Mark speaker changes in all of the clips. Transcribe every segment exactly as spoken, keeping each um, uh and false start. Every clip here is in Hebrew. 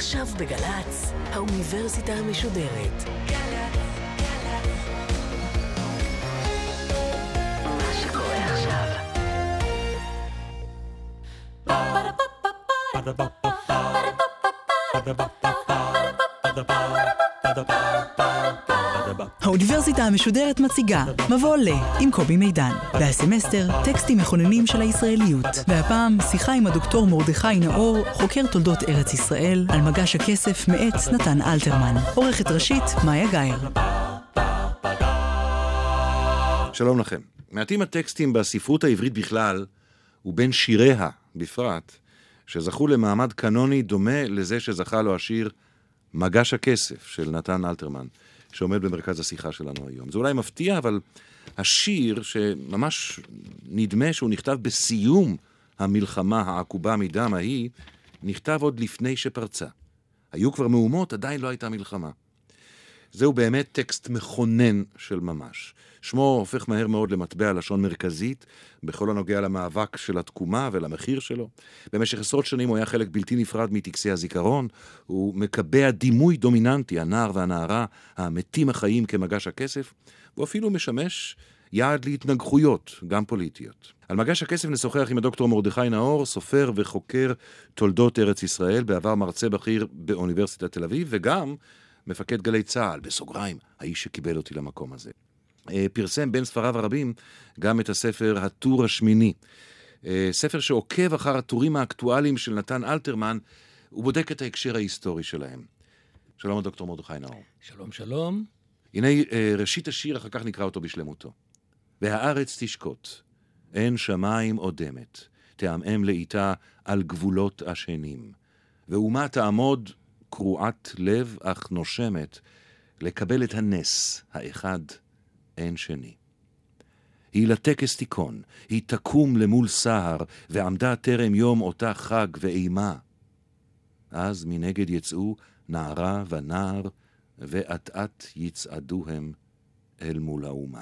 Speaker 1: עכשיו בגלץ, האוניברסיטה המשודרת. מה שקורה עכשיו.
Speaker 2: האוניברסיטה המשודרת מציגה מבוא ל עם קובי מידן. והסמסטר טקסטים מכוננים של הישראליות. והפעם שיחה עם הדוקטור מרדכי נאור, חוקר תולדות ארץ ישראל, על מגש הכסף מאת נתן אלתרמן. עורכת ראשית מאיה גאייר.
Speaker 3: שלום לכם. מעטים הטקסטים בספרות העברית בכלל ובין שיריה בפרט שזכו למעמד קנוני דומה לזה שזכה לו השיר מגש הכסף של נתן אלתרמן, שעומד במרכז השיחה שלנו היום. זה אולי מפתיע, אבל השיר שממש נדמה שהוא נכתב בסיום המלחמה העקובה מדם ההיא, נכתב עוד לפני שפרצה. היו כבר מהומות, עדיין לא הייתה מלחמה. זהו באמת טקסט מכונן של ממש. שמו הופך מהר מאוד למטבע לשון מרכזית, בכל הנוגע למאבק של התקומה ולמחיר שלו. במשך עשרות שנים הוא היה חלק בלתי נפרד מטקסי הזיכרון, הוא מקבע דימוי דומיננטי, הנער והנערה, המתים החיים כמגש הכסף, והוא אפילו משמש יעד להתנגחויות, גם פוליטיות. על מגש הכסף נשוחח עם הדוקטור מרדכי נאור, סופר וחוקר תולדות ארץ ישראל, בעבר מרצה בכיר באוניברסיטת תל אביב, וגם מפקד גלי צה"ל, בסוגריים, האיש שקיבל אותי למקום הזה. פרסם בין ספריו הרבים גם את הספר הטור השמיני. ספר שעוקב אחר הטורים האקטואליים של נתן אלתרמן, ובודק את ההקשר ההיסטורי שלהם. שלום דוקטור מרדכי נאור.
Speaker 4: שלום שלום.
Speaker 3: הנה ראשית השיר, אחר כך נקרא אותו בשלמותו. והארץ תשקוט, אין שמיים עודמת, תעמם לאיתה על גבולות השנים. ואומה תעמוד קרועת לב אך נושמת, לקבל את הנס האחד אין שני. היא לטקס תיקון, היא תקום למול סהר, ועמדה תרם יום אותה חג ואימה. אז מנגד יצאו נערה ונער, ואת את יצעדו הם אל מול האומה.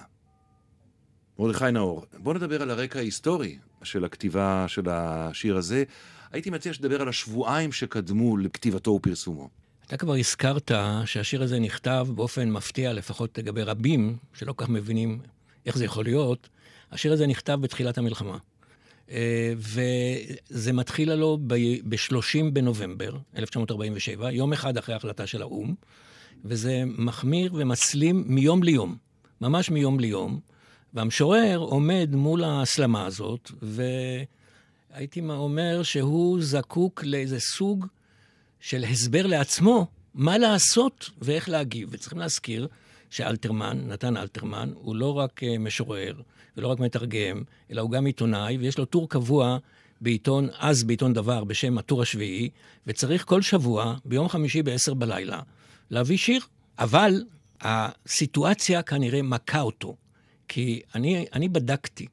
Speaker 3: מרדכי נאור, בוא נדבר על הרקע ההיסטורי של הכתיבה של השיר הזה. הייתי מציע שדבר על השבועיים שקדמו לכתיבתו ופרסומו.
Speaker 4: אתה כבר הזכרת שהשיר הזה נכתב באופן מפתיע, לפחות לגבי רבים, שלא כך מבינים איך זה יכול להיות. השיר הזה נכתב בתחילת המלחמה. וזה מתחיל לו ב-שלושים בנובמבר אלף תשע מאות ארבעים ושבע, יום אחד אחרי ההחלטה של האו"ם, וזה מחמיר ומסלים מיום ליום, ממש מיום ליום, והמשורר עומד מול ההסלמה הזאת, והייתי אומר שהוא זקוק לאיזה סוג של הסבר לעצמו, מה לעשות ואיך להגיב. וצריכים להזכיר שאלתרמן, נתן אלתרמן, הוא לא רק משורר ולא רק מתרגם, אלא הוא גם עיתונאי, ויש לו טור קבוע בעיתון, אז בעיתון דבר, בשם הטור השביעי, וצריך כל שבוע, ביום חמישי בעשר בלילה, להביא שיר. אבל הסיטואציה כנראה מכה אותו, כי אני, אני בדקתי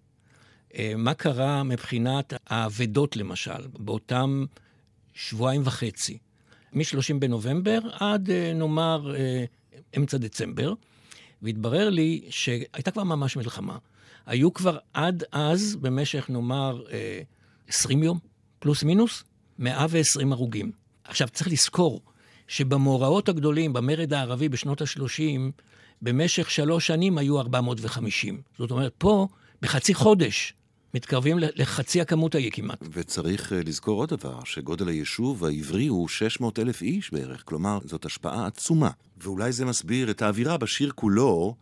Speaker 4: מה קרה מבחינת העבדות למשל, באותם שבועיים וחצי, מ-שלושים בנובמבר עד נאמר אמצע דצמבר, והתברר לי שהייתה כבר ממש מלחמה. היו כבר עד אז, במשך נאמר עשרים יום, פלוס מינוס, מאה ועשרים הרוגים. עכשיו צריך לזכור שבמאורעות הגדולים, במרד הערבי בשנות ה-שלושים, במשך שלוש שנים היו ארבע מאות וחמישים. זאת אומרת, פה בחצי חודש מתקרבים לחצי הכמות ההיא כמעט.
Speaker 3: וצריך לזכור עוד דבר, שגודל היישוב העברי הוא שש מאות אלף איש בערך, כלומר, זאת השפעה עצומה. ואולי זה מסביר את האווירה בשיר כולו,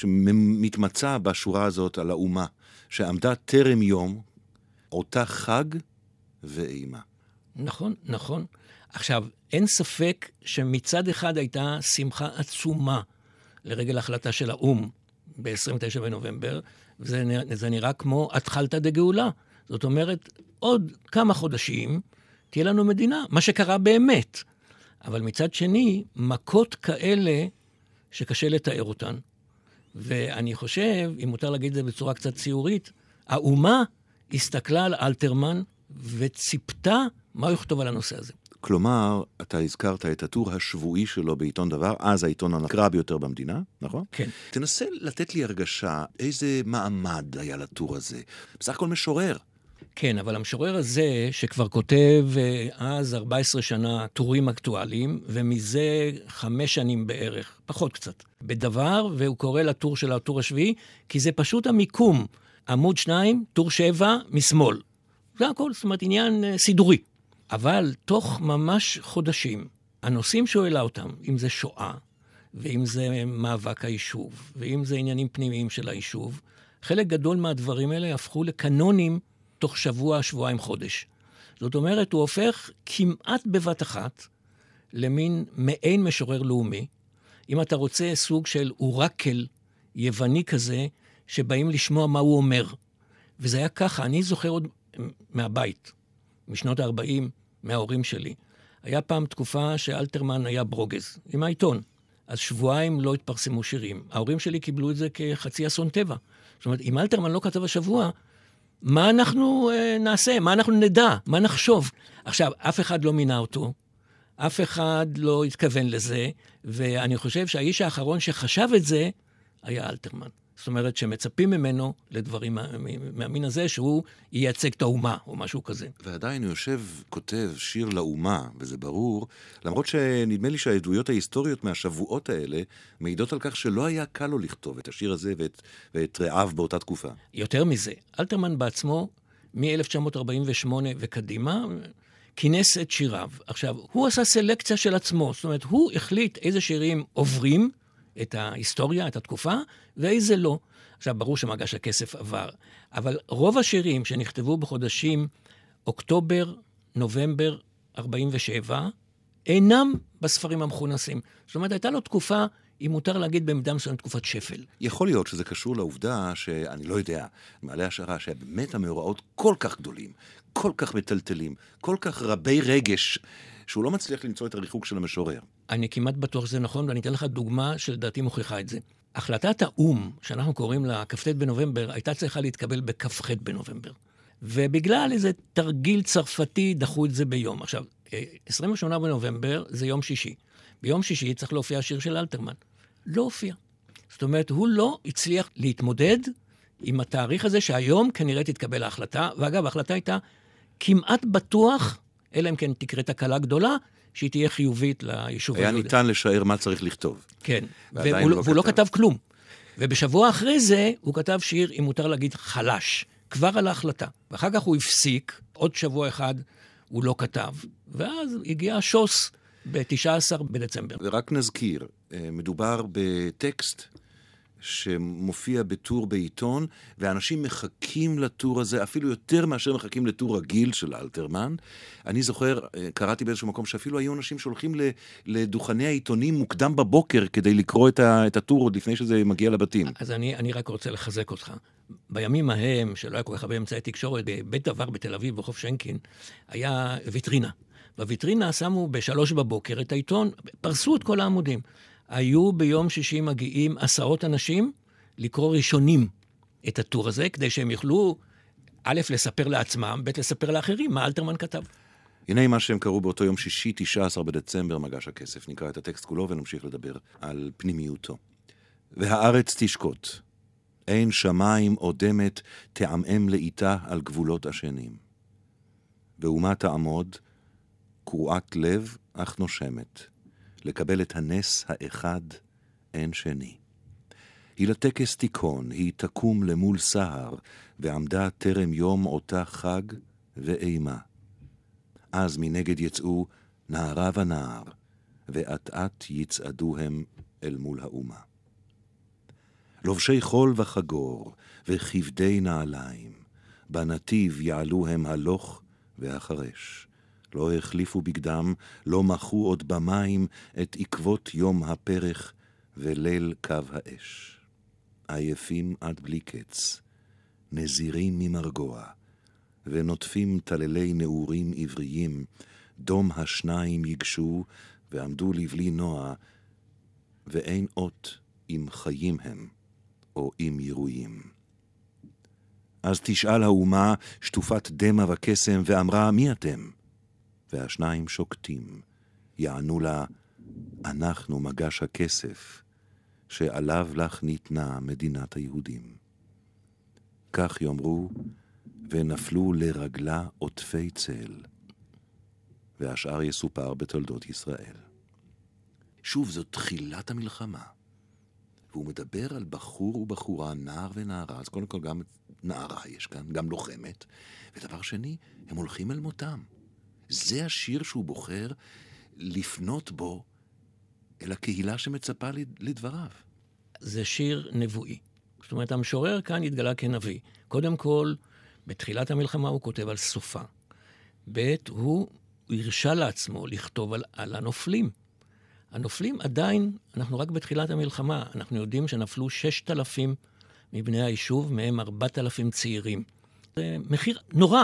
Speaker 3: שמתמצא בשורה הזאת על האומה, שעמדה תרם יום, אותה חג ואימה.
Speaker 4: נכון, נכון. עכשיו, אין ספק שמצד אחד הייתה שמחה עצומה לרגל ההחלטה של האו"ם ב-עשרים ותשעה בנובמבר, וזה נראה כמו התחלת דגאולה. זאת אומרת, עוד כמה חודשים תהיה לנו מדינה, מה שקרה באמת. אבל מצד שני, מכות כאלה שקשה לתאר אותן. ואני חושב, אם מותר להגיד את זה בצורה קצת ציורית, האומה הסתכלה על אלתרמן וציפתה מה הוא יכתוב על הנושא הזה.
Speaker 3: כלומר, אתה הזכרת את הטור השבועי שלו בעיתון דבר, אז העיתון הנקרא ביותר במדינה, נכון?
Speaker 4: כן.
Speaker 3: תנסה לתת לי הרגשה איזה מעמד היה לטור הזה. בסך הכל משורר.
Speaker 4: כן, אבל המשורר הזה, שכבר כותב אז ארבע עשרה שנה טורים אקטואליים, ומזה חמש שנים בערך, פחות קצת, בדבר, והוא קורא לטור של הטור השביעי, כי זה פשוט המיקום. עמוד שניים, טור שבע, משמאל. זה הכל, זאת אומרת, עניין סידורי. אבל תוך ממש חודשים, הנושאים שהוא העלה אותם, אם זה שואה, ואם זה מאבק היישוב, ואם זה עניינים פנימיים של היישוב, חלק גדול מהדברים האלה הפכו לקנונים תוך שבוע, שבועיים, חודש. זאת אומרת, הוא הופך כמעט בבת אחת למין מעין משורר לאומי. אם אתה רוצה סוג של אורקל יווני כזה, שבאים לשמוע מה הוא אומר. וזה היה ככה, אני זוכר עוד מהבית, משנות ה-ארבעים, מההורים שלי. היה פעם תקופה שאלתרמן היה ברוגז, עם העיתון. אז שבועיים לא התפרסמו שירים. ההורים שלי קיבלו את זה כחצי אסון טבע. זאת אומרת, אם אלתרמן לא כתב השבוע, מה אנחנו אה, נעשה? מה אנחנו נדע? מה נחשוב? עכשיו, אף אחד לא מינה אותו, אף אחד לא התכוון לזה, ואני חושב שהאיש האחרון שחשב את זה, היה אלתרמן. זאת אומרת, שמצפים ממנו לדברים מהמין הזה, שהוא ייצג את האומה, או משהו כזה.
Speaker 3: ועדיין הוא יושב, כותב שיר לאומה, וזה ברור, למרות שנדמה לי שהעדויות ההיסטוריות מהשבועות האלה, מעידות על כך שלא היה קל לו לכתוב את השיר הזה ואת, ואת רעב באותה תקופה.
Speaker 4: יותר מזה, אלתרמן בעצמו, מ-אלף תשע מאות ארבעים ושמונה וקדימה, כינס את שיריו. עכשיו, הוא עשה סלקציה של עצמו, זאת אומרת, הוא החליט איזה שירים עוברים, את ההיסטוריה, את התקופה, ואיזה לא. עכשיו, ברור שמגש הכסף עבר, אבל רוב השירים שנכתבו בחודשים אוקטובר, נובמבר ארבעים ושבע, אינם בספרים המכונסים. זאת אומרת, הייתה לו תקופה, אם מותר להגיד במידה מסוימת, תקופת שפל.
Speaker 3: יכול להיות שזה קשור לעובדה שאני לא יודע, מעלה השערה, שבאמת המאורעות כל כך גדולים, כל כך מטלטלים, כל כך רבי רגש, שהוא לא מצליח למצוא את הריחוק של המשורר. אני
Speaker 4: כמעט בטוח שזה נכון, ואני אתן לך דוגמה שלדעתי מוכיחה את זה. החלטת האום, שאנחנו קוראים לה כ"ט בנובמבר, הייתה צריכה להתקבל בכ"ח בנובמבר. ובגלל איזה תרגיל צרפתי דחו את זה ביום. עכשיו, עשרים ושמונה בנובמבר זה יום שישי. ביום שישי צריך להופיע שיר של אלתרמן. לא הופיע. זאת אומרת, הוא לא הצליח להתמודד עם התאריך הזה שהיום כנראה תתקבל ההחלטה. ואגב, ההחלטה הייתה כמעט בטוח, אלא אם כן תקרה תקלה גדולה, שהיא תהיה חיובית ליישוב.
Speaker 3: היה ניתן לשער מה צריך לכתוב.
Speaker 4: כן, והוא לא כתב כלום. ובשבוע אחרי זה הוא כתב שיר, אם מותר להגיד, חלש, כבר על ההחלטה. ואחר כך הוא הפסיק, עוד שבוע אחד הוא לא כתב, ואז הגיע השוס ב-תשעה עשר בדצמבר.
Speaker 3: ורק נזכיר, מדובר בטקסט שמופיע בטור בעיתון, ואנשים מחכים לטור הזה, אפילו יותר מאשר מחכים לטור רגיל של אלתרמן. אני זוכר, קראתי באיזשהו מקום, שאפילו היו אנשים שהולכים לדוכני העיתונים מוקדם בבוקר, כדי לקרוא את הטור עוד לפני שזה מגיע לבתים.
Speaker 4: אז אני, אני רק רוצה לחזק אותך. בימים ההם, שלא היה כל כך הרבה אמצעי תקשורת, בבית דבר בתל אביב, בחוף שנקין, היה ויטרינה. בוויטרינה שמו בשלוש בבוקר את העיתון, פרסו את כל העמודים. היו ביום שישי מגיעים עשרות אנשים לקרוא ראשונים את הטור הזה, כדי שהם יוכלו, א', לספר לעצמם, ב', לספר לאחרים מה אלתרמן כתב.
Speaker 3: הנה מה שהם קראו באותו יום שישי, תשעה עשר בדצמבר, מגש הכסף. נקרא את הטקסט כולו ונמשיך לדבר על פנימיותו. והארץ תשקוט, אין שמיים אודמת, תעמם לאיתה על גבולות השנים. ואומה תעמוד, קרועת לב אך נושמת. לקבל את הנס האחד אין שני. היא לטקס תיקון, היא תקום למול סהר, ועמדה טרם יום אותה חג ואימה. אז מנגד יצאו נערה ונער, ואת את יצעדו הם אל מול האומה. לובשי חול וחגור, וכבדי נעליים, בנתיב יעלו הם הלוך והחרש. לא החליפו בגדם, לא מחו עוד במים את עקבות יום הפרח וליל קו האש. עייפים עד בלי קץ, נזירים ממרגוע, ונוטפים תללי נעורים עבריים, דום השניים יגשו ועמדו לבלי נוע, ואין אות אם חיים הם או אם ירויים. אז תשאל האומה שטופת דמה וקסם ואמרה, מי אתם? והשניים שוקטים, יענו לה, אנחנו מגש הכסף, שעליו לך ניתנה מדינת היהודים. כך יאמרו, ונפלו לרגלה עוטפי צל, והשאר יסופר בתולדות ישראל. שוב, זו תחילת המלחמה. והוא מדבר על בחור ובחורה, נער ונערה, אז קודם כל גם נערה יש כאן, גם לוחמת. ודבר שני, הם הולכים אל מותם. זה השיר שהוא בוחר לפנות בו אל הקהילה שמצפה לדבריו.
Speaker 4: זה שיר נבואי. זאת אומרת, המשורר כאן התגלה כנביא. קודם כל, בתחילת המלחמה הוא כותב על סופה. ב' הוא הרשה לעצמו לכתוב על, על הנופלים. הנופלים עדיין, אנחנו רק בתחילת המלחמה, אנחנו יודעים שנפלו ששת אלפים מבני היישוב, מהם ארבעת אלפים צעירים. זה מחיר נורא.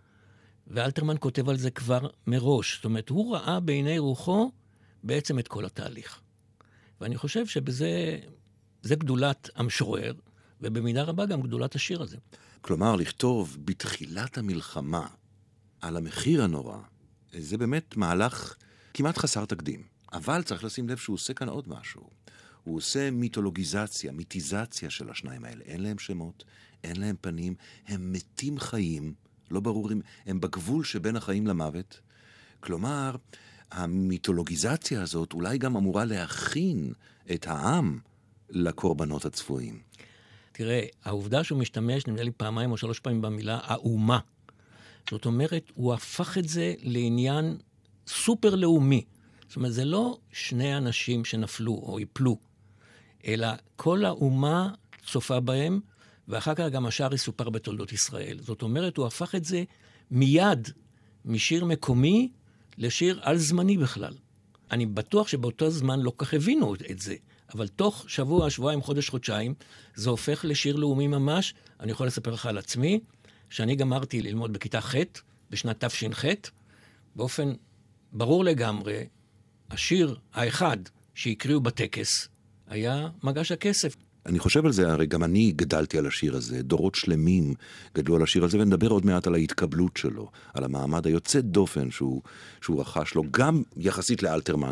Speaker 4: ואלתרמן כותב על זה כבר מראש. זאת אומרת, הוא ראה בעיני רוחו בעצם את כל התהליך. ואני חושב שבזה, זה גדולת המשורר, ובמידה רבה גם גדולת השיר הזה.
Speaker 3: כלומר, לכתוב בתחילת המלחמה על המחיר הנורא, זה באמת מהלך כמעט חסר תקדים. אבל צריך לשים לב שהוא עושה כאן עוד משהו. הוא עושה מיתולוגיזציה, מיתיזציה של השניים האלה. אין להם שמות, אין להם פנים, הם מתים חיים, לא ברורים, הם בגבול שבין החיים למוות. כלומר, המיתולוגיזציה הזאת אולי גם אמורה להכין את העם לקורבנות הצפויים.
Speaker 4: תראה, העובדה שהוא משתמש, נדמה לי פעמיים או שלוש פעמים במילה, האומה. זאת אומרת, הוא הפך את זה לעניין סופר לאומי. זאת אומרת, זה לא שני אנשים שנפלו או יפלו, אלא כל האומה צופה בהם, ואחר כך גם השאר יסופר בתולדות ישראל. זאת אומרת, הוא הפך את זה מיד משיר מקומי לשיר על זמני בכלל. אני בטוח שבאותו זמן לא כך הבינו את זה, אבל תוך שבוע, שבועיים, חודש, חודשיים, זה הופך לשיר לאומי ממש. אני יכול לספר לך על עצמי, שאני גמרתי ללמוד בכיתה ח' בשנת תש"ח, באופן ברור לגמרי, השיר האחד שהקריאו בטקס היה מגש הכסף.
Speaker 3: אני חושב על זה, הרי גם אני גדלתי על השיר הזה, דורות שלמים גדלו על השיר הזה, ונדבר עוד מעט על ההתקבלות שלו, על המעמד היוצא דופן שהוא, שהוא רכש לו, גם יחסית לאלתרמן.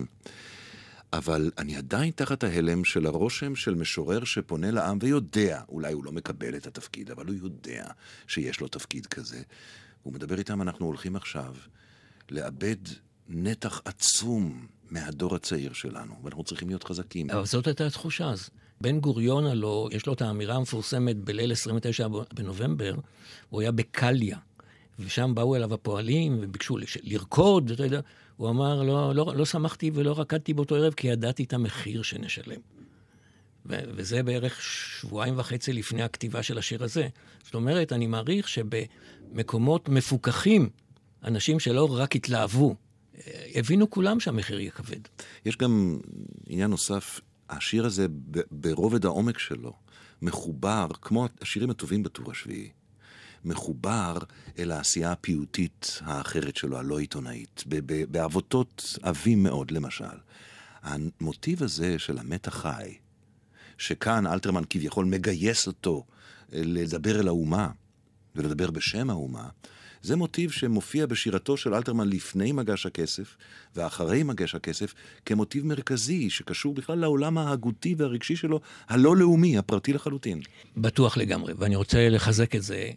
Speaker 3: אבל אני עדיין תחת ההלם של הרושם של משורר שפונה לעם ויודע, אולי הוא לא מקבל את התפקיד, אבל הוא יודע שיש לו תפקיד כזה. הוא מדבר איתם, אנחנו הולכים עכשיו לאבד נתח עצום מהדור הצעיר שלנו, ואנחנו צריכים להיות חזקים.
Speaker 4: אבל זאת הייתה התחושה אז. בן גוריון הלא, יש לו את האמירה המפורסמת בליל עשרים ותשעה בנובמבר, הוא היה בקליה, ושם באו אליו הפועלים וביקשו לרקוד, אתה יודע, הוא אמר, לא, לא, לא שמחתי ולא רקדתי באותו ערב, כי ידעתי את המחיר שנשלם. ו- וזה בערך שבועיים וחצי לפני הכתיבה של השיר הזה. זאת אומרת, אני מעריך שבמקומות מפוקחים, אנשים שלא רק התלהבו, הבינו כולם שהמחיר יהיה כבד.
Speaker 3: יש גם עניין נוסף, השיר הזה ברובד העומק שלו, מחובר, כמו השירים הטובים בטור השביעי, מחובר אל העשייה הפיוטית האחרת שלו, הלא עיתונאית, בעבותות עבים מאוד למשל. המוטיב הזה של המת החי, שכאן אלתרמן כביכול מגייס אותו לדבר אל האומה, ולדבר בשם האומה, זה מוטיב שמופיע בשירתו של אלתרמן לפני מגש הכסף, ואחרי מגש הכסף, כמוטיב מרכזי שקשור בכלל לעולם ההגותי והרגשי שלו, הלא לאומי, הפרטי לחלוטין.
Speaker 4: בטוח לגמרי, ואני רוצה לחזק את זה.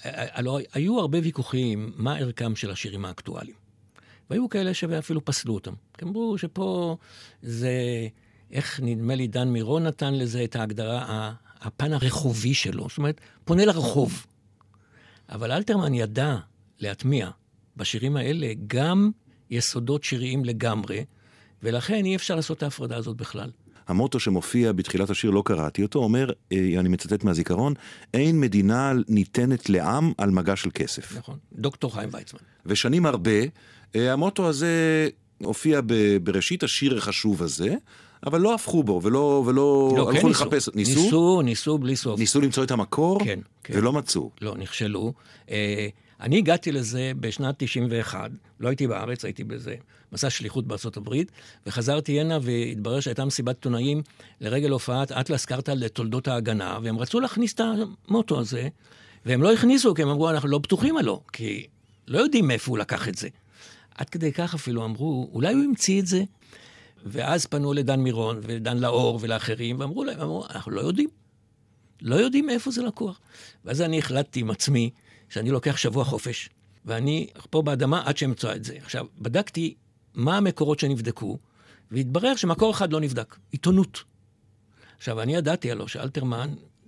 Speaker 4: היו הרבה ויכוחים מה ערכם של השירים האקטואליים. והיו כאלה שאפילו פסלו אותם. אמרו שפה זה, איך נדמה לי דן מירון נתן לזה את ההגדרה, הפן הרחובי שלו. זאת אומרת, פונה לרחוב. אבל אלתרמן ידע להטמיע בשירים האלה גם יסודות שיריים לגמרי, ולכן אי אפשר לעשות את ההפרדה הזאת בכלל.
Speaker 3: המוטו שמופיע בתחילת השיר, לא קראתי אותו, אומר, אני מצטט מהזיכרון, אין מדינה ניתנת לעם על מגש של כסף.
Speaker 4: נכון, דוקטור חיים ויצמן.
Speaker 3: ושנים הרבה, המוטו הזה הופיע בראשית השיר החשוב הזה, אבל לא הפכו בו, ולא, ולא
Speaker 4: לא,
Speaker 3: הלכו
Speaker 4: כן
Speaker 3: לחפש.
Speaker 4: ניסו? ניסו, ניסו בלי סוף.
Speaker 3: ניסו למצוא את המקור,
Speaker 4: כן, כן.
Speaker 3: ולא מצאו.
Speaker 4: לא, נכשלו. אה, אני הגעתי לזה בשנת תשעים ואחת, לא הייתי בארץ, הייתי בזה, מסע שליחות בארצות הברית, וחזרתי הנה והתברר שהייתה מסיבת עיתונאים לרגל הופעת אטלס קרטל לתולדות ההגנה, והם רצו להכניס את המוטו הזה, והם לא הכניסו, כי הם אמרו, אנחנו לא בטוחים עלו, כי לא יודעים מאיפה הוא לקח את זה. עד כדי כך אפילו אמרו, אולי הוא המציא את זה, ואז פנו לדן מירון ולדן לאור ולאחרים, ואמרו להם, אמרו, אנחנו לא יודעים. לא יודעים מאיפה זה לקוח. ואז אני החלטתי עם עצמי, שאני לוקח שבוע חופש, ואני פה באדמה עד שאמצוא את זה. עכשיו, בדקתי מה המקורות שנבדקו, והתברר שמקור אחד לא נבדק, עיתונות. עכשיו, אני ידעתי עלו שאלתרמן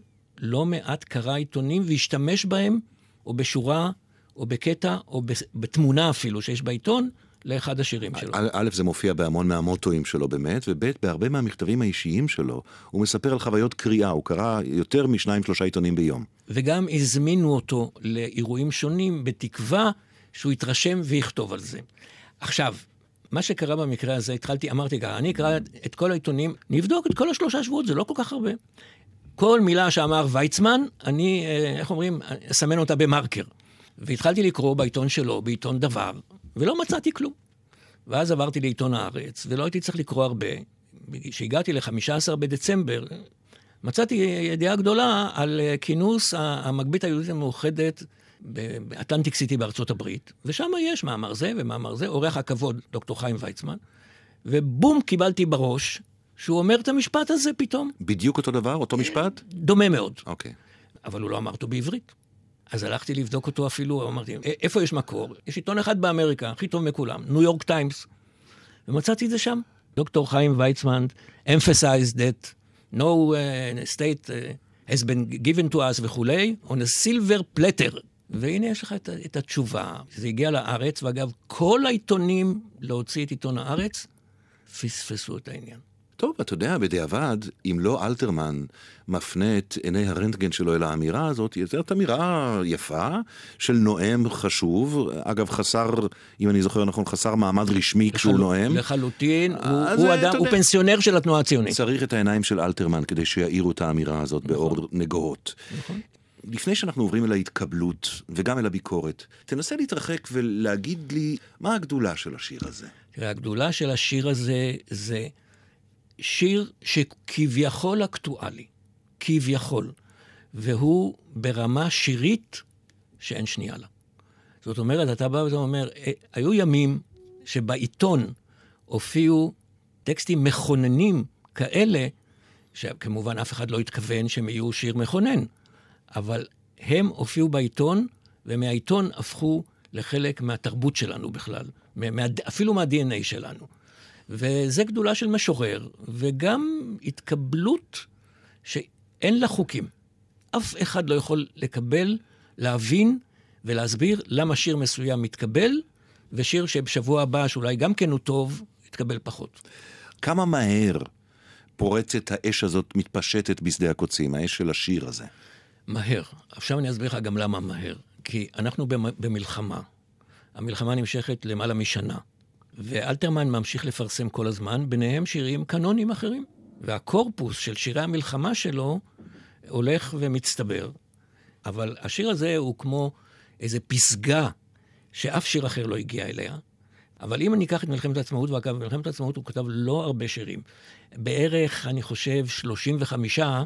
Speaker 4: לא מעט קרא עיתונים והשתמש בהם, או בשורה, או בקטע, או בתמונה אפילו שיש בעיתון, לאחד השירים שלו.
Speaker 3: א', זה מופיע בהמון מהמוטואים שלו באמת, וב', בהרבה מהמכתבים האישיים שלו, הוא מספר על חוויות קריאה, הוא קרא יותר משניים שלושה עיתונים ביום.
Speaker 4: וגם הזמינו אותו לאירועים שונים, בתקווה שהוא יתרשם ויכתוב על זה. עכשיו, מה שקרה במקרה הזה, התחלתי, אמרתי ככה, אני אקרא את כל העיתונים, נבדוק את כל השלושה שבועות, זה לא כל כך הרבה. כל מילה שאמר ויצמן, אני, איך אומרים, אסמן אותה במרקר. והתחלתי לקרוא בעיתון שלו, בעיתון דבר, ולא מצאתי כלום. ואז עברתי לעיתון הארץ, ולא הייתי צריך לקרוא הרבה. כשהגעתי ל-חמישה עשר בדצמבר, מצאתי ידיעה גדולה על כינוס המגבית היהודית המאוחדת באטלנטיק סיטי בארצות הברית, ושם יש מאמר זה ומאמר זה, עורך הכבוד דוקטור חיים ויצמן, ובום קיבלתי בראש שהוא אומר את המשפט הזה פתאום.
Speaker 3: בדיוק אותו דבר, אותו משפט?
Speaker 4: דומה מאוד.
Speaker 3: אוקיי.
Speaker 4: אבל הוא לא אמר אותו בעברית. אז הלכתי לבדוק אותו אפילו, אמרתי, איפה יש מקור? יש עיתון אחד באמריקה, הכי טוב מכולם, ניו יורק טיימס. ומצאתי את זה שם. דוקטור חיים ויצמן emphasized that no uh, state uh, has been given to us וכולי, on a silver platter. והנה יש לך את, את התשובה. זה הגיע לארץ, ואגב, כל העיתונים להוציא את עיתון הארץ, פספסו את העניין.
Speaker 3: טוב, אתה יודע, בדיעבד, אם לא אלתרמן מפנה את עיני הרנטגן שלו אל האמירה הזאת, זאת אמירה יפה של נואם חשוב, אגב חסר, אם אני זוכר נכון, חסר מעמד רשמי לחל... כשהוא נואם.
Speaker 4: לחלוטין, הוא, הוא, אדם, הוא פנסיונר של התנועה הציונית.
Speaker 3: צריך את העיניים של אלתרמן כדי שיעירו את האמירה הזאת נכון. באור נגוהות. נכון. לפני שאנחנו עוברים אל ההתקבלות וגם אל הביקורת, תנסה להתרחק ולהגיד לי מה הגדולה של השיר הזה.
Speaker 4: תראה, הגדולה של השיר הזה זה שיר שכביכול אקטואלי, כביכול, והוא ברמה שירית שאין שנייה לה. זאת אומרת, אתה בא ואתה אומר, היו ימים שבעיתון הופיעו טקסטים מכוננים כאלה, שכמובן אף אחד לא התכוון שהם יהיו שיר מכונן, אבל הם הופיעו בעיתון, ומהעיתון הפכו לחלק מהתרבות שלנו בכלל, אפילו מה-די אן איי שלנו. וזה גדולה של משורר, וגם התקבלות שאין לה חוקים. אף אחד לא יכול לקבל, להבין ולהסביר למה שיר מסוים מתקבל, ושיר שבשבוע הבא, שאולי גם כן הוא טוב, יתקבל פחות.
Speaker 3: כמה מהר פורצת האש הזאת מתפשטת בשדה הקוצים, האש של השיר הזה?
Speaker 4: מהר. עכשיו אני אסביר לך גם למה מהר. כי אנחנו במלחמה. המלחמה נמשכת למעלה משנה. ואלתרמן ממשיך לפרסם כל הזמן, ביניהם שירים קנונים אחרים. והקורפוס של שירי המלחמה שלו הולך ומצטבר. אבל השיר הזה הוא כמו איזו פסגה שאף שיר אחר לא הגיע אליה. אבל אם אני אקח את מלחמת העצמאות, ואגב, במלחמת העצמאות הוא כתב לא הרבה שירים. בערך, אני חושב, שלושים וחמישה,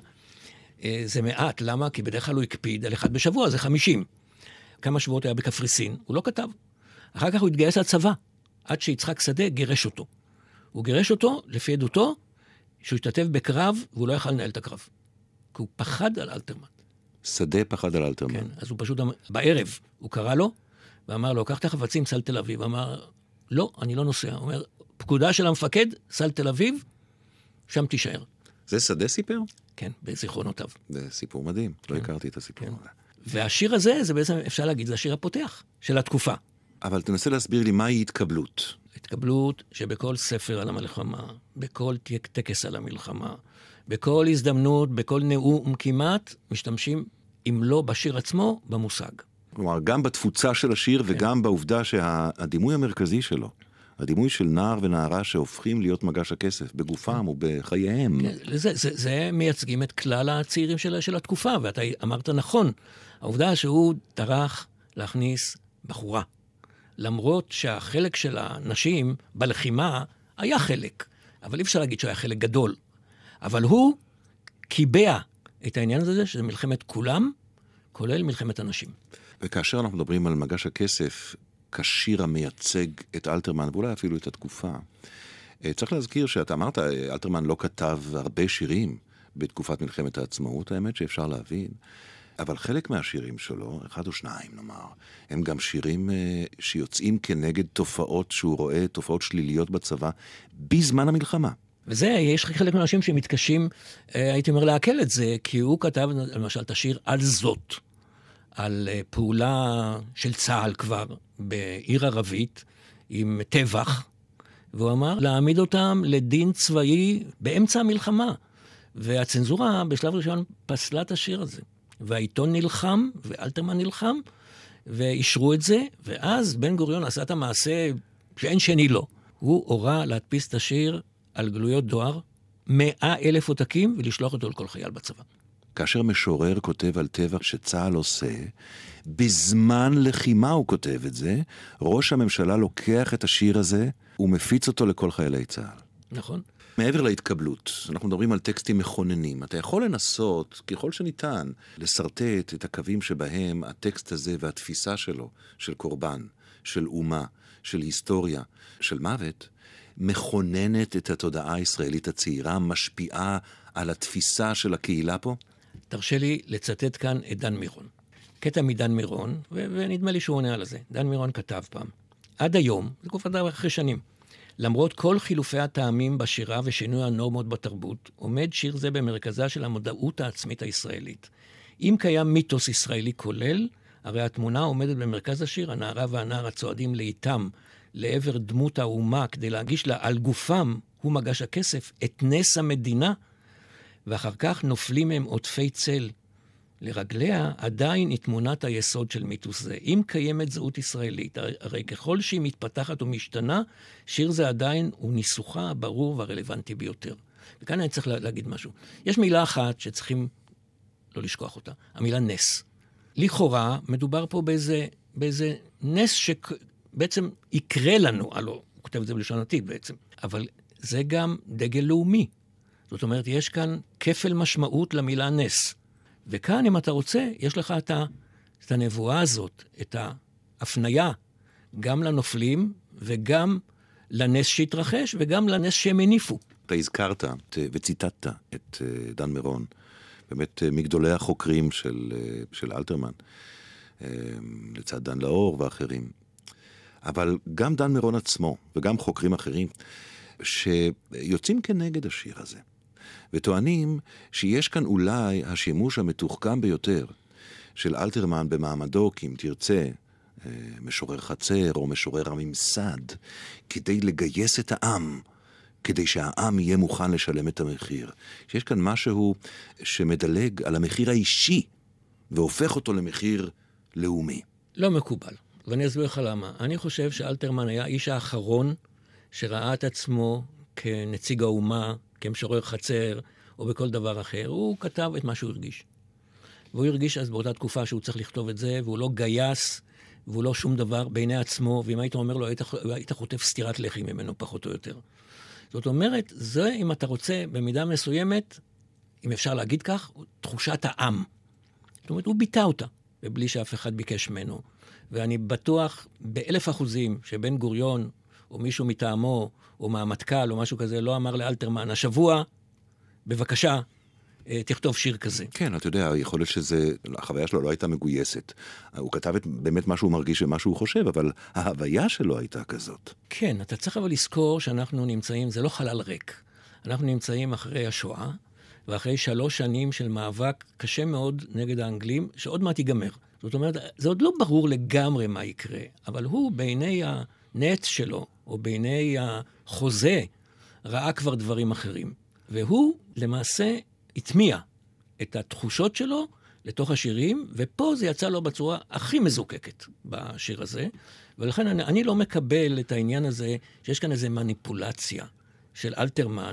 Speaker 4: זה מעט. למה? כי בדרך כלל הוא הקפיד על אחד בשבוע, זה חמישים. כמה שבועות היה בקפריסין, הוא לא כתב. אחר כך הוא התגייס לצבא, עד שיצחק שדה גירש אותו. הוא גירש אותו, לפי עדותו, שהוא השתתף בקרב, והוא לא יכל לנהל את הקרב. כי הוא פחד על אלתרמן.
Speaker 3: שדה פחד על אלתרמן.
Speaker 4: כן, אז הוא פשוט, בערב, הוא קרא לו, ואמר לו, קח את החפצים, סל תל אביב. אמר, לא, אני לא נוסע. הוא אומר, פקודה של המפקד, סל תל אביב, שם תישאר.
Speaker 3: זה שדה סיפר?
Speaker 4: כן, בזיכרונותיו.
Speaker 3: זה סיפור מדהים, לא הכרתי את הסיפור הזה.
Speaker 4: והשיר הזה, זה בעצם, אפשר להגיד, זה השיר הפותח של התקופה.
Speaker 3: אבל תנסה להסביר לי מהי התקבלות.
Speaker 4: התקבלות שבכל ספר על המלחמה, בכל טקס על המלחמה, בכל הזדמנות, בכל נאום כמעט, משתמשים, אם לא בשיר עצמו, במושג.
Speaker 3: כלומר, גם בתפוצה של השיר כן. וגם בעובדה שהדימוי המרכזי שלו, הדימוי של נער ונערה שהופכים להיות מגש הכסף, בגופם או בחייהם.
Speaker 4: כן, זה, זה, זה מייצגים את כלל הצעירים של, של התקופה, ואתה אמרת נכון, העובדה שהוא טרח להכניס בחורה. למרות שהחלק של הנשים בלחימה היה חלק, אבל אי אפשר להגיד שהוא היה חלק גדול. אבל הוא קיבע את העניין הזה, שזה מלחמת כולם, כולל מלחמת הנשים.
Speaker 3: וכאשר אנחנו מדברים על מגש הכסף, כשיר המייצג את אלתרמן, ואולי אפילו את התקופה, צריך להזכיר שאתה אמרת, אלתרמן לא כתב הרבה שירים בתקופת מלחמת העצמאות, האמת שאפשר להבין. אבל חלק מהשירים שלו, אחד או שניים נאמר, הם גם שירים אה, שיוצאים כנגד תופעות שהוא רואה, תופעות שליליות בצבא, בזמן המלחמה.
Speaker 4: וזה, יש חלק מהאנשים שמתקשים, אה, הייתי אומר, להקל את זה, כי הוא כתב למשל את השיר על זאת, על אה, פעולה של צה"ל כבר בעיר ערבית, עם טבח, והוא אמר להעמיד אותם לדין צבאי באמצע המלחמה. והצנזורה בשלב ראשון פסלה את השיר הזה. והעיתון נלחם, ואלתרמן נלחם, ואישרו את זה, ואז בן גוריון עשה את המעשה שאין שני לו. הוא הורה להדפיס את השיר על גלויות דואר, מאה אלף עותקים, ולשלוח אותו לכל חייל בצבא.
Speaker 3: כאשר משורר כותב על טבח שצה"ל עושה, בזמן לחימה הוא כותב את זה, ראש הממשלה לוקח את השיר הזה, ומפיץ אותו לכל חיילי צה"ל.
Speaker 4: נכון.
Speaker 3: מעבר להתקבלות, אנחנו מדברים על טקסטים מכוננים. אתה יכול לנסות, ככל שניתן, לסרטט את הקווים שבהם הטקסט הזה והתפיסה שלו, של קורבן, של אומה, של היסטוריה, של מוות, מכוננת את התודעה הישראלית הצעירה, משפיעה על התפיסה של הקהילה פה?
Speaker 4: תרשה לי לצטט כאן את דן מירון. קטע מדן מירון, ו- ונדמה לי שהוא עונה על זה. דן מירון כתב פעם, עד היום, זה תקופת אחרי שנים, למרות כל חילופי הטעמים בשירה ושינוי הנורמות בתרבות, עומד שיר זה במרכזה של המודעות העצמית הישראלית. אם קיים מיתוס ישראלי כולל, הרי התמונה עומדת במרכז השיר, הנערה והנער הצועדים לאיתם, לעבר דמות האומה, כדי להגיש לה על גופם, הוא מגש הכסף, את נס המדינה, ואחר כך נופלים מהם עוטפי צל. לרגליה עדיין היא תמונת היסוד של מיתוס זה. אם קיימת זהות ישראלית, הרי ככל שהיא מתפתחת ומשתנה, שיר זה עדיין הוא ניסוחה הברור והרלוונטי ביותר. וכאן אני צריך להגיד משהו. יש מילה אחת שצריכים לא לשכוח אותה, המילה נס. לכאורה מדובר פה באיזה, באיזה נס שבעצם יקרה לנו, הלוא, הוא כותב את זה בלשון עתיד בעצם, אבל זה גם דגל לאומי. זאת אומרת, יש כאן כפל משמעות למילה נס. וכאן, אם אתה רוצה, יש לך את, ה, את הנבואה הזאת, את ההפניה, גם לנופלים וגם לנס שהתרחש וגם לנס שהם הניפו.
Speaker 3: אתה הזכרת וציטטת את דן מירון, באמת מגדולי החוקרים של, של אלתרמן, לצד דן לאור ואחרים. אבל גם דן מירון עצמו וגם חוקרים אחרים שיוצאים כנגד השיר הזה. וטוענים שיש כאן אולי השימוש המתוחכם ביותר של אלתרמן במעמדו, כי אם תרצה, משורר חצר או משורר הממסד, כדי לגייס את העם, כדי שהעם יהיה מוכן לשלם את המחיר. שיש כאן משהו שמדלג על המחיר האישי, והופך אותו למחיר לאומי.
Speaker 4: לא מקובל, ואני אסביר לך למה. אני חושב שאלתרמן היה האיש האחרון שראה את עצמו כנציג האומה, כמשורר חצר, או בכל דבר אחר. הוא כתב את מה שהוא הרגיש. והוא הרגיש אז באותה תקופה שהוא צריך לכתוב את זה, והוא לא גייס, והוא לא שום דבר בעיני עצמו, ואם היית אומר לו, היית, היית חוטף סתירת לחי ממנו פחות או יותר. זאת אומרת, זה, אם אתה רוצה, במידה מסוימת, אם אפשר להגיד כך, תחושת העם. זאת אומרת, הוא ביטא אותה, ובלי שאף אחד ביקש ממנו. ואני בטוח באלף אחוזים שבן גוריון, או מישהו מטעמו, או מהמטכ"ל, או משהו כזה, לא אמר לאלתרמן, השבוע, בבקשה, תכתוב שיר כזה.
Speaker 3: כן, אתה יודע, יכול להיות שזה, החוויה שלו לא הייתה מגויסת. הוא כתב את באמת מה שהוא מרגיש ומה שהוא חושב, אבל ההוויה שלו הייתה כזאת.
Speaker 4: כן, אתה צריך אבל לזכור שאנחנו נמצאים, זה לא חלל ריק. אנחנו נמצאים אחרי השואה, ואחרי שלוש שנים של מאבק קשה מאוד נגד האנגלים, שעוד מעט ייגמר. זאת אומרת, זה עוד לא ברור לגמרי מה יקרה, אבל הוא בעיני הנץ שלו, או בעיני החוזה, ראה כבר דברים אחרים. והוא למעשה התמיע את התחושות שלו לתוך השירים, ופה זה יצא לו בצורה הכי מזוקקת בשיר הזה, ולכן אני, אני לא מקבל את העניין הזה שיש כאן איזו מניפולציה של אלתרמן,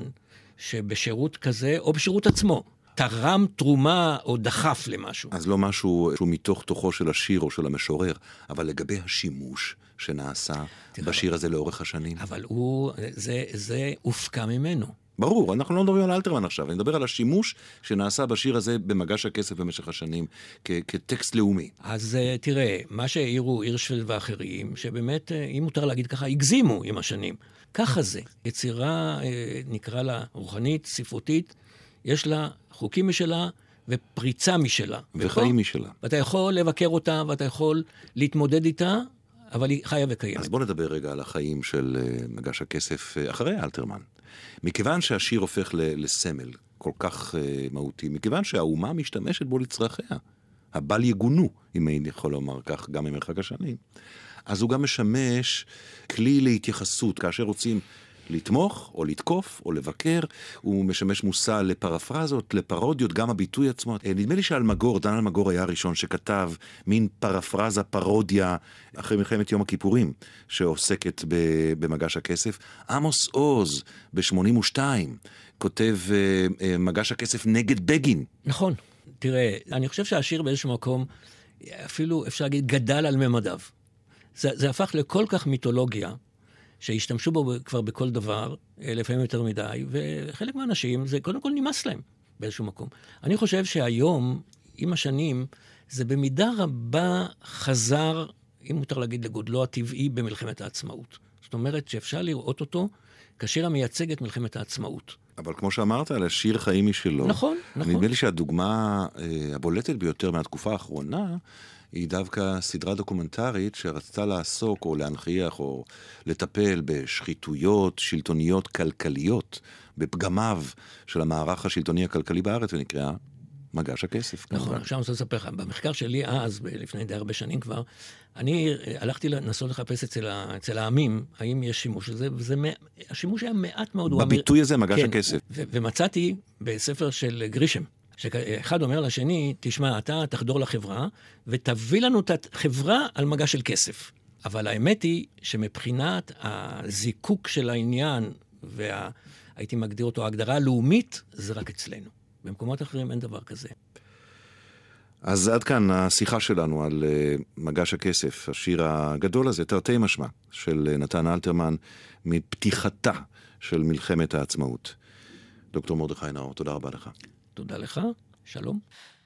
Speaker 4: שבשירות כזה, או בשירות עצמו, תרם תרומה או דחף למשהו.
Speaker 3: אז לא משהו שהוא מתוך תוכו של השיר או של המשורר, אבל לגבי השימוש שנעשה תראה, בשיר הזה לאורך השנים.
Speaker 4: אבל הוא, זה, זה הופקע ממנו.
Speaker 3: ברור, אנחנו לא מדברים על אלתרמן עכשיו, אני מדבר על השימוש שנעשה בשיר הזה במגש הכסף במשך השנים, כ- כטקסט לאומי.
Speaker 4: אז תראה, מה שהעירו הירשפלד ואחרים, שבאמת, אם מותר להגיד ככה, הגזימו עם השנים. ככה זה. יצירה, נקרא לה רוחנית, ספרותית, יש לה חוקים משלה, ופריצה משלה.
Speaker 3: וחיים ופה, משלה.
Speaker 4: ואתה יכול לבקר אותה, ואתה יכול להתמודד איתה, אבל היא חיה וקיימת.
Speaker 3: אז בוא נדבר רגע על החיים של מגש הכסף אחרי אלתרמן. מכיוון שהשיר הופך לסמל כל כך מהותי, מכיוון שהאומה משתמשת בו לצרכיה, הבל יגונו, אם אני יכול לומר כך, גם ממרחק השנים, אז הוא גם משמש כלי להתייחסות, כאשר רוצים לתמוך, או לתקוף, או לבקר, הוא משמש מושא לפרפרזות, לפרודיות, גם הביטוי עצמו. נדמה לי שאלמגור, דן אלמגור היה הראשון שכתב מין פרפרזה, פרודיה, אחרי מלחמת יום הכיפורים, שעוסקת במגש הכסף. עמוס עוז, ב-שמונים ושתיים, כותב מגש הכסף נגד בגין.
Speaker 4: נכון. תראה, אני חושב שהשיר באיזשהו מקום, אפילו אפשר להגיד, גדל על ממדיו. זה, זה הפך לכל כך מיתולוגיה, שהשתמשו בו כבר בכל דבר, לפעמים יותר מדי, וחלק מהאנשים, זה קודם כל נמאס להם באיזשהו מקום. אני חושב שהיום, עם השנים, זה במידה רבה חזר, אם מותר להגיד לגודלו הטבעי, במלחמת העצמאות. זאת אומרת שאפשר לראות אותו כשיר המייצג את מלחמת העצמאות.
Speaker 3: אבל כמו שאמרת, על השיר חיים משלו.
Speaker 4: נכון, נכון.
Speaker 3: נדמה לי שהדוגמה אה, הבולטת ביותר מהתקופה האחרונה, היא דווקא סדרה דוקומנטרית שרצתה לעסוק או להנכיח או לטפל בשחיתויות שלטוניות כלכליות, בפגמיו של המערך השלטוני הכלכלי בארץ, ונקראה מגש הכסף.
Speaker 4: נכון, עכשיו אני רוצה לספר לך, במחקר שלי אז, לפני די הרבה שנים כבר, אני הלכתי לנסות לחפש אצל, אצל העמים, האם יש שימוש לזה, והשימוש היה מעט מאוד.
Speaker 3: בביטוי הזה, מגש
Speaker 4: כן,
Speaker 3: הכסף.
Speaker 4: ו- ומצאתי בספר של גרישם, שאחד אומר לשני, תשמע, אתה תחדור לחברה, ותביא לנו את החברה על מגש של כסף. אבל האמת היא שמבחינת הזיקוק של העניין, והייתי מגדיר אותו, ההגדרה הלאומית, זה רק אצלנו. במקומות אחרים אין דבר כזה.
Speaker 3: אז עד כאן השיחה שלנו על uh, מגש הכסף, השיר הגדול הזה, תרתי משמע, של נתן אלתרמן, מפתיחתה של מלחמת העצמאות. דוקטור מרדכי נאור, תודה רבה לך.
Speaker 4: תודה לך, שלום.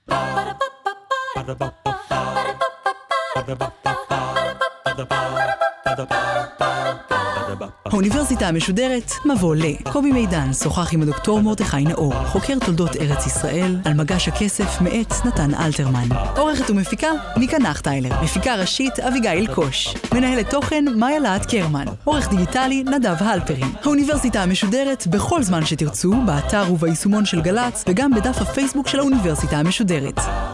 Speaker 2: האוניברסיטה המשודרת, מבוא ל. קובי מידן שוחח עם הדוקטור מרדכי נאור, חוקר תולדות ארץ ישראל, על מגש הכסף מאת נתן אלתרמן. עורכת ומפיקה, ניקה נחטיילר. מפיקה ראשית, אביגיל קוש. מנהלת תוכן, מאיה להט קרמן. עורך דיגיטלי, נדב הלפרין. האוניברסיטה המשודרת, בכל זמן שתרצו, באתר וביישומון של גלץ, וגם בדף הפייסבוק של האוניברסיטה המשודרת.